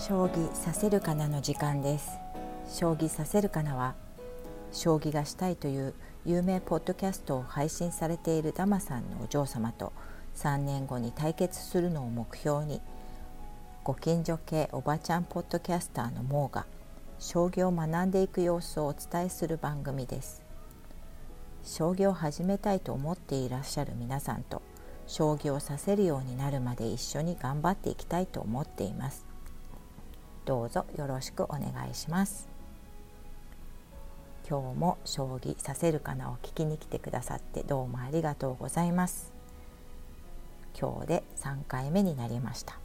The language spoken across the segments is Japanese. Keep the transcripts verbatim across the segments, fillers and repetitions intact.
将棋させるかなの時間です。将棋させるかなは将棋がしたいという有名ポッドキャストを配信されているダマさんのお嬢様とさんねんごに対決するのを目標に、ご近所系おばちゃんポッドキャスターのモーが将棋を学んでいく様子をお伝えする番組です。将棋を始めたいと思っていらっしゃる皆さんと将棋をさせるようになるまで一緒に頑張っていきたいと思っています。どうぞよろしくお願いします。今日も将棋させるかなを聞きに来てくださってどうもありがとうございます。今日でさんかいめになりました。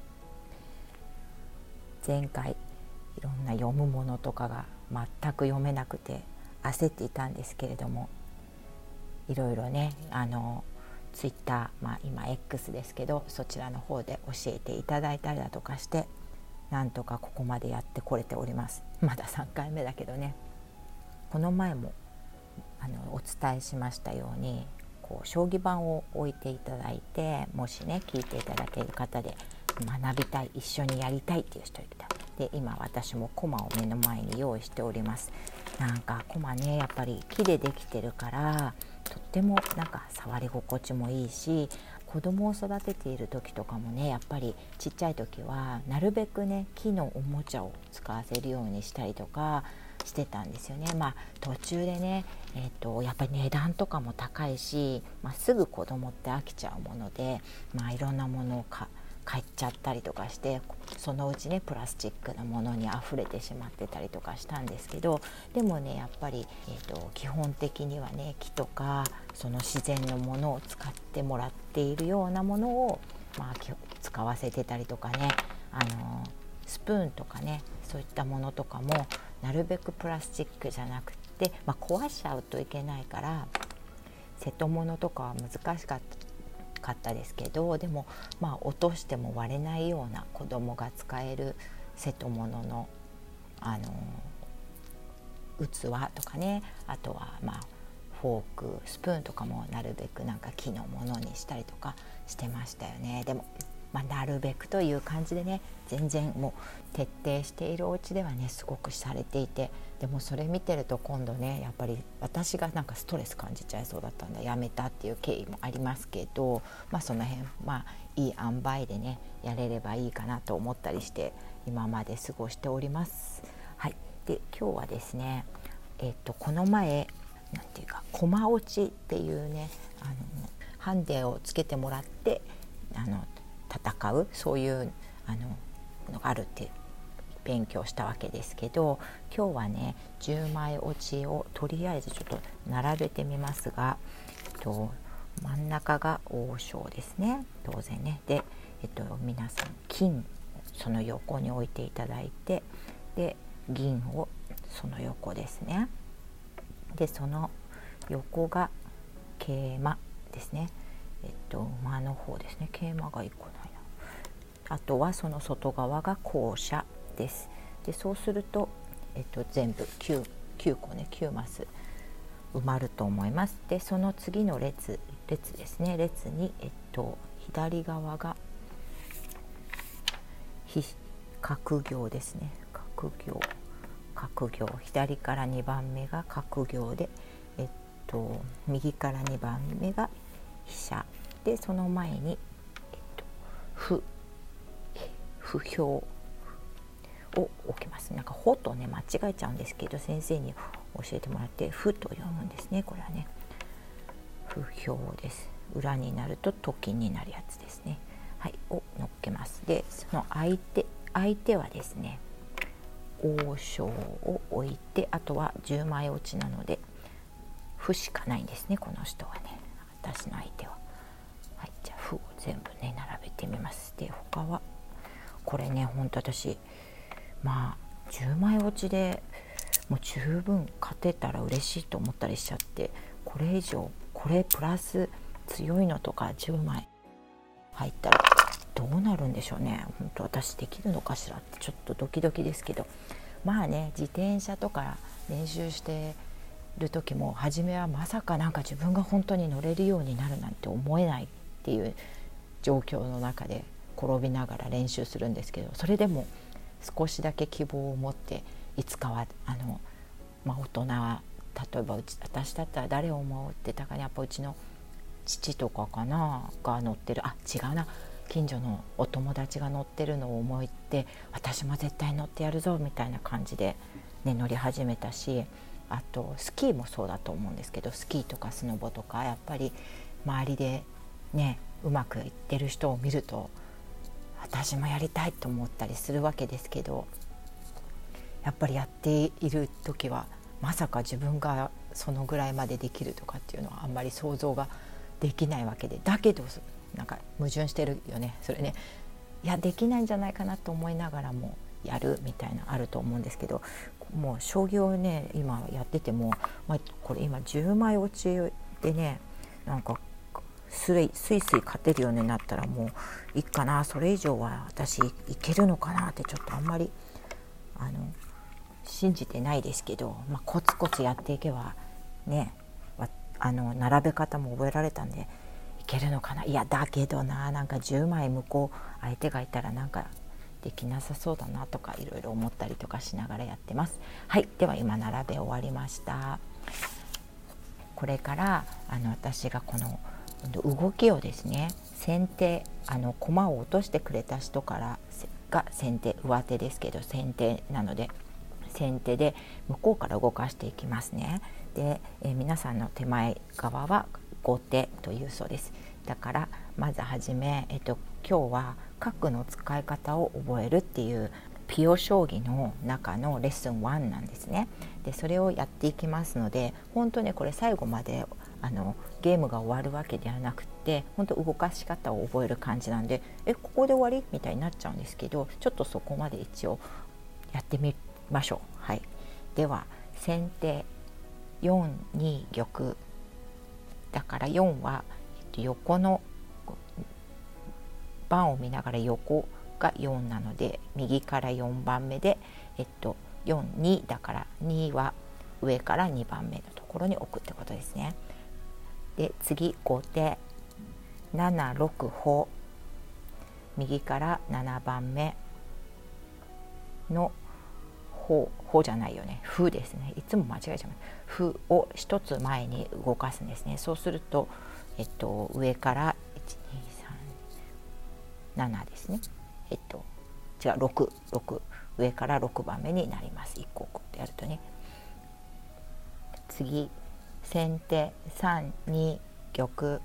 前回いろんな読むものとかが全く読めなくて焦っていたんですけれども、いろいろねあのツイッター、まあ、今 X ですけどそちらの方で教えていただいたりだとかしてなんとかここまでやってこれております。まださんかいめだけどね。この前もあのお伝えしましたようにこう将棋盤を置いていただいて、もしね聞いていただける方で学びたい、一緒にやりたいっていう人いたで、今私も駒を目の前に用意しております。なんか駒ねやっぱり木でできてるからとってもなんか触り心地もいいし、子供を育てている時とかもねやっぱりちっちゃい時はなるべくね木のおもちゃを使わせるようにしたりとかしてたんですよね。まあ途中でね、えーと、やっぱり値段とかも高いし、まあ、すぐ子供って飽きちゃうもので、まあ、いろんなものをか買っちゃったりとかして、そのうちねプラスチックなものにあふれてしまってたりとかしたんですけど、でもねやっぱり、えーと、基本的にはね木とかその自然のものを使ってもらっているようなものを、まあ、使わせてたりとかね、あのスプーンとかねそういったものとかもなるべくプラスチックじゃなくて、まあ、壊しちゃうといけないから瀬戸物とかは難しかったかったですけど、でもまあ落としても割れないような子供が使える瀬戸物のあの器とかね、あとはまあフォークスプーンとかもなるべくなんか木のものにしたりとかしてましたよね。でもまあ、なるべくという感じでね全然もう徹底しているお家ではねすごくされていて、でもそれ見てると今度ねやっぱり私がなんかストレス感じちゃいそうだったんだ、やめたっていう経緯もありますけど、まあその辺まあいい塩梅でねやれればいいかなと思ったりして今まで過ごしております。はい、で今日はですねえっとこの前なんていうか駒落ちっていうねあのハンデをつけてもらってあの戦うそういうあののがあるって勉強したわけですけど、今日はねじゅうまい落ちをとりあえずちょっと並べてみますが、えっと、真ん中が王将ですね当然ね。で、えっと、皆さん金その横に置いていただいて、で銀をその横ですね。でその横が桂馬ですね。えっと、馬の方ですね。桂馬がいっこないな。あとはその外側が校舎です。でそうすると、えっと、全部 9, きゅうこねきゅうマス埋まると思います。でその次の列列ですね列に、えっと、左側が角行ですね。角行角行左からにばんめが角行で、えっと、右からにばんめが飛車で、その前に、えっと、歩歩兵を置きます。なんか歩とね間違えちゃうんですけど先生に教えてもらって歩と読むんですね。これはね歩兵です。裏になるとと金になるやつですね。はい、を乗っけます。でその相手相手はですね王将を置いて、あとはじゅうまい落ちなので歩しかないんですねこの人はね、私の相手は。はい、じゃあ歩を全部ね並べてみます。で他はこれねほんと私まあじゅうまい落ちでもう十分勝てたら嬉しいと思ったりしちゃって、これ以上これプラス強いのとかじゅうまい入ったらどうなるんでしょうね。本当私できるのかしらってちょっとドキドキですけど、まあね自転車とか練習してる時も初めはまさかなんか自分が本当に乗れるようになるなんて思えないっていう状況の中で転びながら練習するんですけど、それでも少しだけ希望を持って、いつかはあの、まあ、大人は例えばうち私だったら誰を思うってたかにやっぱうちの父とかかなが乗ってる、あ違うな近所のお友達が乗ってるのを思いって私も絶対乗ってやるぞみたいな感じで、ね、乗り始めたし、あとスキーもそうだと思うんですけど、スキーとかスノボとかやっぱり周りでねうまくいってる人を見ると私もやりたいと思ったりするわけですけど、やっぱりやっている時はまさか自分がそのぐらいまでできるとかっていうのはあんまり想像ができないわけで、だけどなんか矛盾してるよねそれね。いやできないんじゃないかなと思いながらもやるみたいなあると思うんですけど、もう将棋をね今やってても、まあ、これ今じゅうまい落ちでねなんかスイスイスイ勝てるようになったらもういいかな、それ以上は私いけるのかなってちょっとあんまりあの信じてないですけど、まあ、コツコツやっていけばねあの並べ方も覚えられたんでいけるのかな。いやだけどな、なんかじゅうまい向こう相手がいたらなんかできなさそうだなとかいろいろ思ったりとかしながらやってます。はい、では今並べ終わりました。これからあの私がこの動きをですね、先手あの駒を落としてくれた人からが先手、上手ですけど先手なので先手で向こうから動かしていきますね。で、えー、皆さんの手前側は後手というそうです。だからまずはじめ、えっと、今日は角の使い方を覚えるっていうピオ将棋の中のレッスンワンなんですね。でそれをやっていきますので、本当ねこれ最後まであのゲームが終わるわけではなくて、本当動かし方を覚える感じなんで、えここで終わりみたいになっちゃうんですけど、ちょっとそこまで一応やってみましょう。はい、では先手よんに玉だからよんは、えっと、横の番を見ながら横がよんなので右からよんばんめで、えっと、よんにだからには上からにばんめのところに置くってことですね。で次後手ななろく歩、右からななばんめの歩歩じゃないよね歩ですね、いつも間違えちゃう。歩を一つ前に動かすんですね。そうすると、えっと、上からいちにさんななですね、えっと違うろくろく上からろくばんめになります。いっここうやるとね。次先手さんに玉、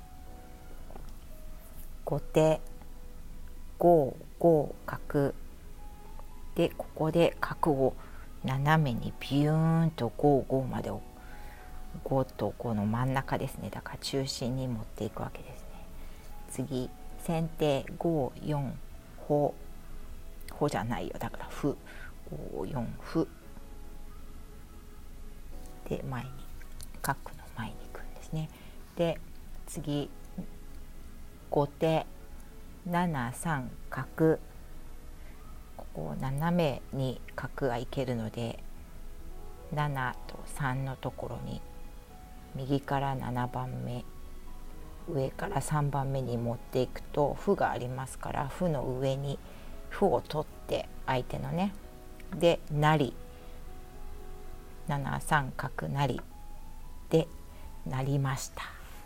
後手ごご角で、ここで角を斜めにビューンとごごまでをごとごの真ん中ですね、だから中心に持っていくわけですね。次先手ごよん歩、歩じゃないよだから歩、ごよん歩で前に角の前に行くんですね。で次後手ななさん角、ここ斜めに角がいけるのでななとさんのところに右からななばんめ上からさんばんめに持っていくと歩がありますから、歩の上に歩を取って相手のねで成ななさん角成でなりました。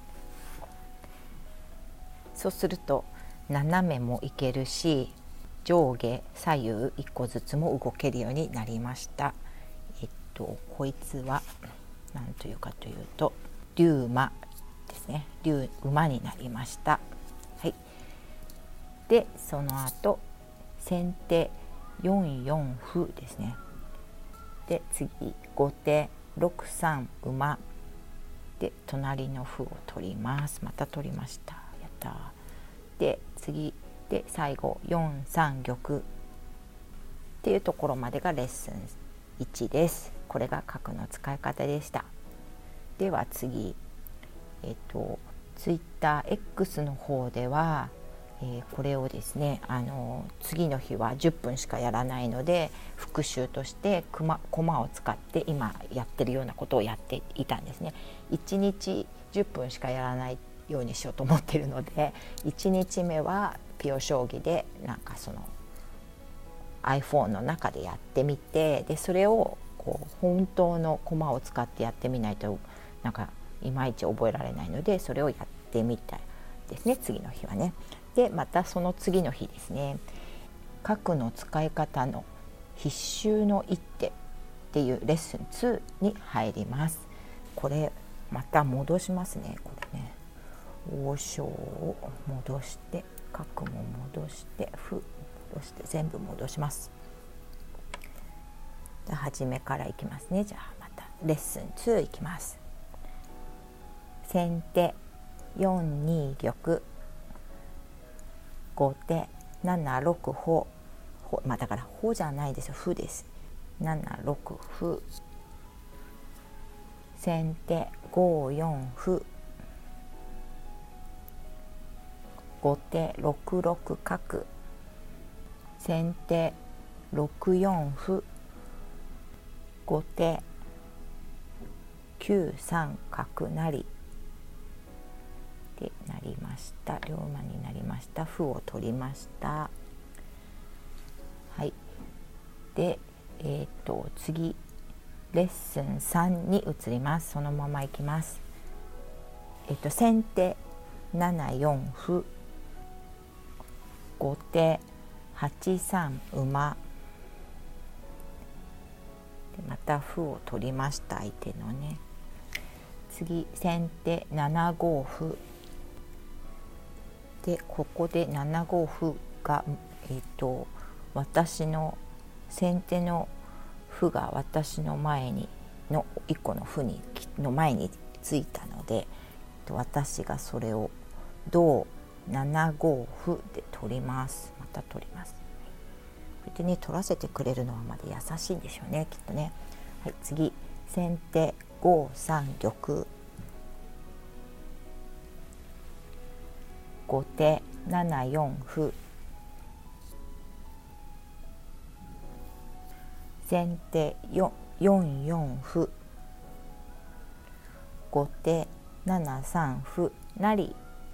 そうすると斜めもいけるし上下左右いっこずつも動けるようになりました。えっとこいつは何というかというと竜馬ですね、竜馬になりました。はい、でその後先手よんよん歩ですね。で次後手ろくさん馬で隣の歩を取ります。また取りました。やった。で次で最後よんさん玉っていうところまでがレッスンいちです。これが角の使い方でした。では次、えっと、ツイッター X の方では、えー、これをですねあの次の日はじゅっぷんしかやらないので復習として駒を使って今やってるようなことをやっていたんですね。いちにちじゅっぷんしかやらないようにしようと思っているので、いちにちめはピオ将棋でなんかその iPhone の中でやってみて、でそれをこう本当のコマを使ってやってみないとなんかいまいち覚えられないので、それをやってみたいですね、次の日はね。でまたその次の日ですね、書くの使い方の必修の一手っていうレッスンツーに入ります。これまた戻しますね。これね、王将を戻して、書くも戻して、歩戻して、全部戻します。じゃあ初めからいきますね。じゃあまたレッスンツーいきます。先手よんに玉、後手ななろく歩、まあだから歩じゃないですよ、歩です。ななろく歩、先手ごよん歩、後手ろくろく角、先手ろくよん歩、後手きゅうさん角成でなりました。両馬になりました。歩を取りました。はい。で、えっと次レッスンさんに移ります。そのままいきます。えっと先手ななよん歩、後手はちさん馬で、また歩を取りました。相手のね。次先手ななご歩で、ここでななご歩が、えっと私の先手の歩が私の前にのいっこの歩にの前についたので、私がそれを同ななご歩で取ります。また取ります。こうやってね取らせてくれるのはまだ優しいんでしょうね、きっとね。はい、次先手ごさん玉、後手ななよん歩、先手よんよん歩、後手ななさん歩成、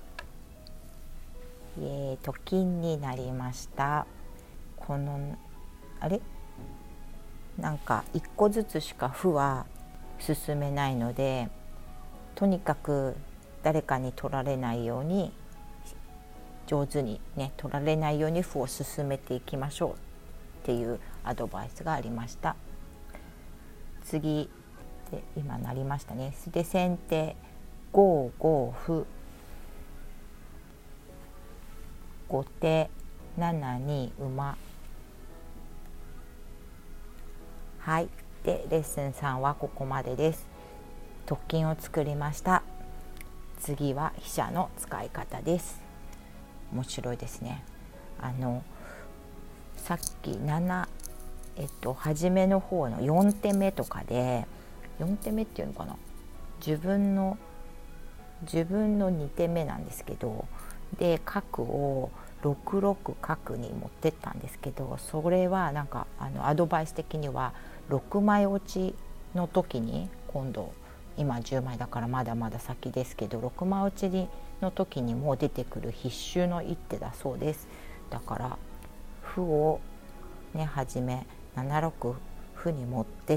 えー、と金になりました。このあれなんかいっこずつしか歩は進めないので、とにかく誰かに取られないように上手にね取られないように歩を進めていきましょうっていうアドバイスがありました。次で今なりましたね。で先手ごご歩、後手ななに馬。はい。でレッスンさんはここまでです。突金を作りました。次は飛車の使い方です。面白いですね。あのさっきななえっと初めの方のよん手目とかで、よん手目っていうのかな、自分の自分のに手目なんですけど、で角をろくろく角に持ってったんですけど、それはなんかあのアドバイス的にはろくまい落ちの時に、今度今じゅうまいだからまだまだ先ですけど、ろくまい落ちの時にも出てくる必修の一手だそうです。だから歩をね初めななろく歩に持ってって、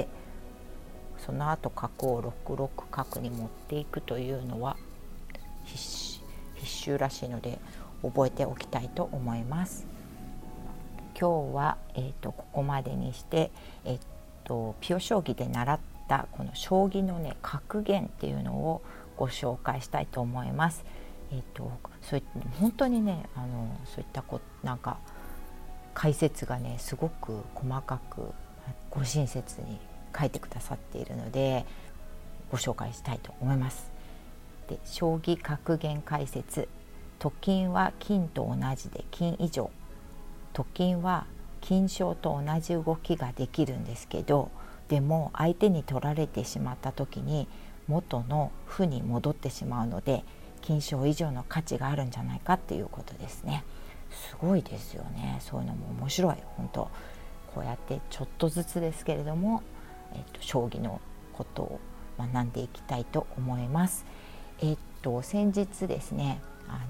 その後角をろくろく角に持っていくというのは必修らしいので覚えておきたいと思います。今日は、えー、とここまでにして、えー、とピオ将棋で習ったこの将棋のね格言っていうのをご紹介したいと思います。えー、とそうい本当にねあのそういったこなんか解説がねすごく細かくご親切に書いてくださっているのでご紹介したいと思います。で将棋格言解説。と金は金と同じで金以上。と金は金将と同じ動きができるんですけど、でも相手に取られてしまった時に元の歩に戻ってしまうので、金将以上の価値があるんじゃないかっていうことですね。すごいですよね。そういうのも面白い。本当こうやってちょっとずつですけれども、えっと、将棋のことを学んでいきたいと思います。えっと先日ですね、あの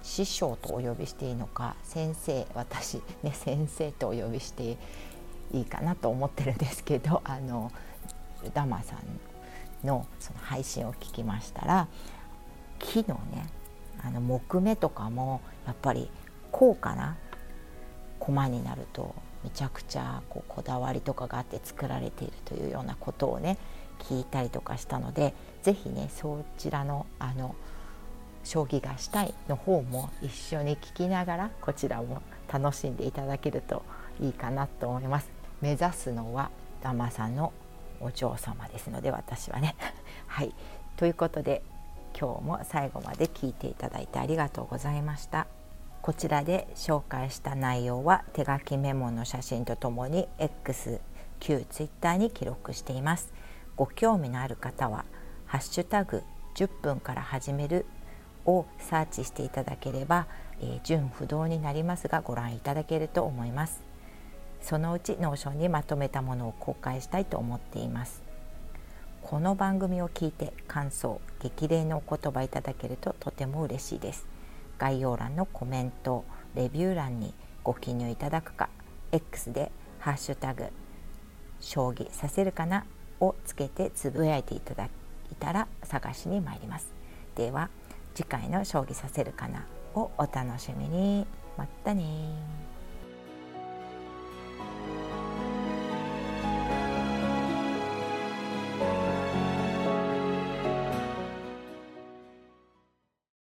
師匠とお呼びしていいのか、先生、私ね先生とお呼びしていいかなと思ってるんですけど、あのダマさんのその配信を聞きましたら、木のねあの木目とかもやっぱり高価な駒になるとめちゃくちゃこうこだわりとかがあって作られているというようなことをね聞いたりとかしたので、ぜひねそちらのあの将棋がしたいの方も一緒に聞きながら、こちらも楽しんでいただけるといいかなと思います。目指すのはダマさんのお嬢様ですので、私はねはい、ということで今日も最後まで聞いていただいてありがとうございました。こちらで紹介した内容は手書きメモの写真とともに X、旧 Twitter に記録しています。ご興味のある方はハッシュタグじゅっぷんから始めるをサーチしていただければ、えー、順不動になりますがご覧いただけると思います。そのうちノーションにまとめたものを公開したいと思っています。この番組を聞いて感想、激励のお言葉いただけるととても嬉しいです。概要欄のコメント、レビュー欄にご記入いただくか、 X でハッシュタグ将棋させるかなをつけてつぶやいていただいたら探しに参ります。では次回の将棋させるかなをお楽しみに。またね。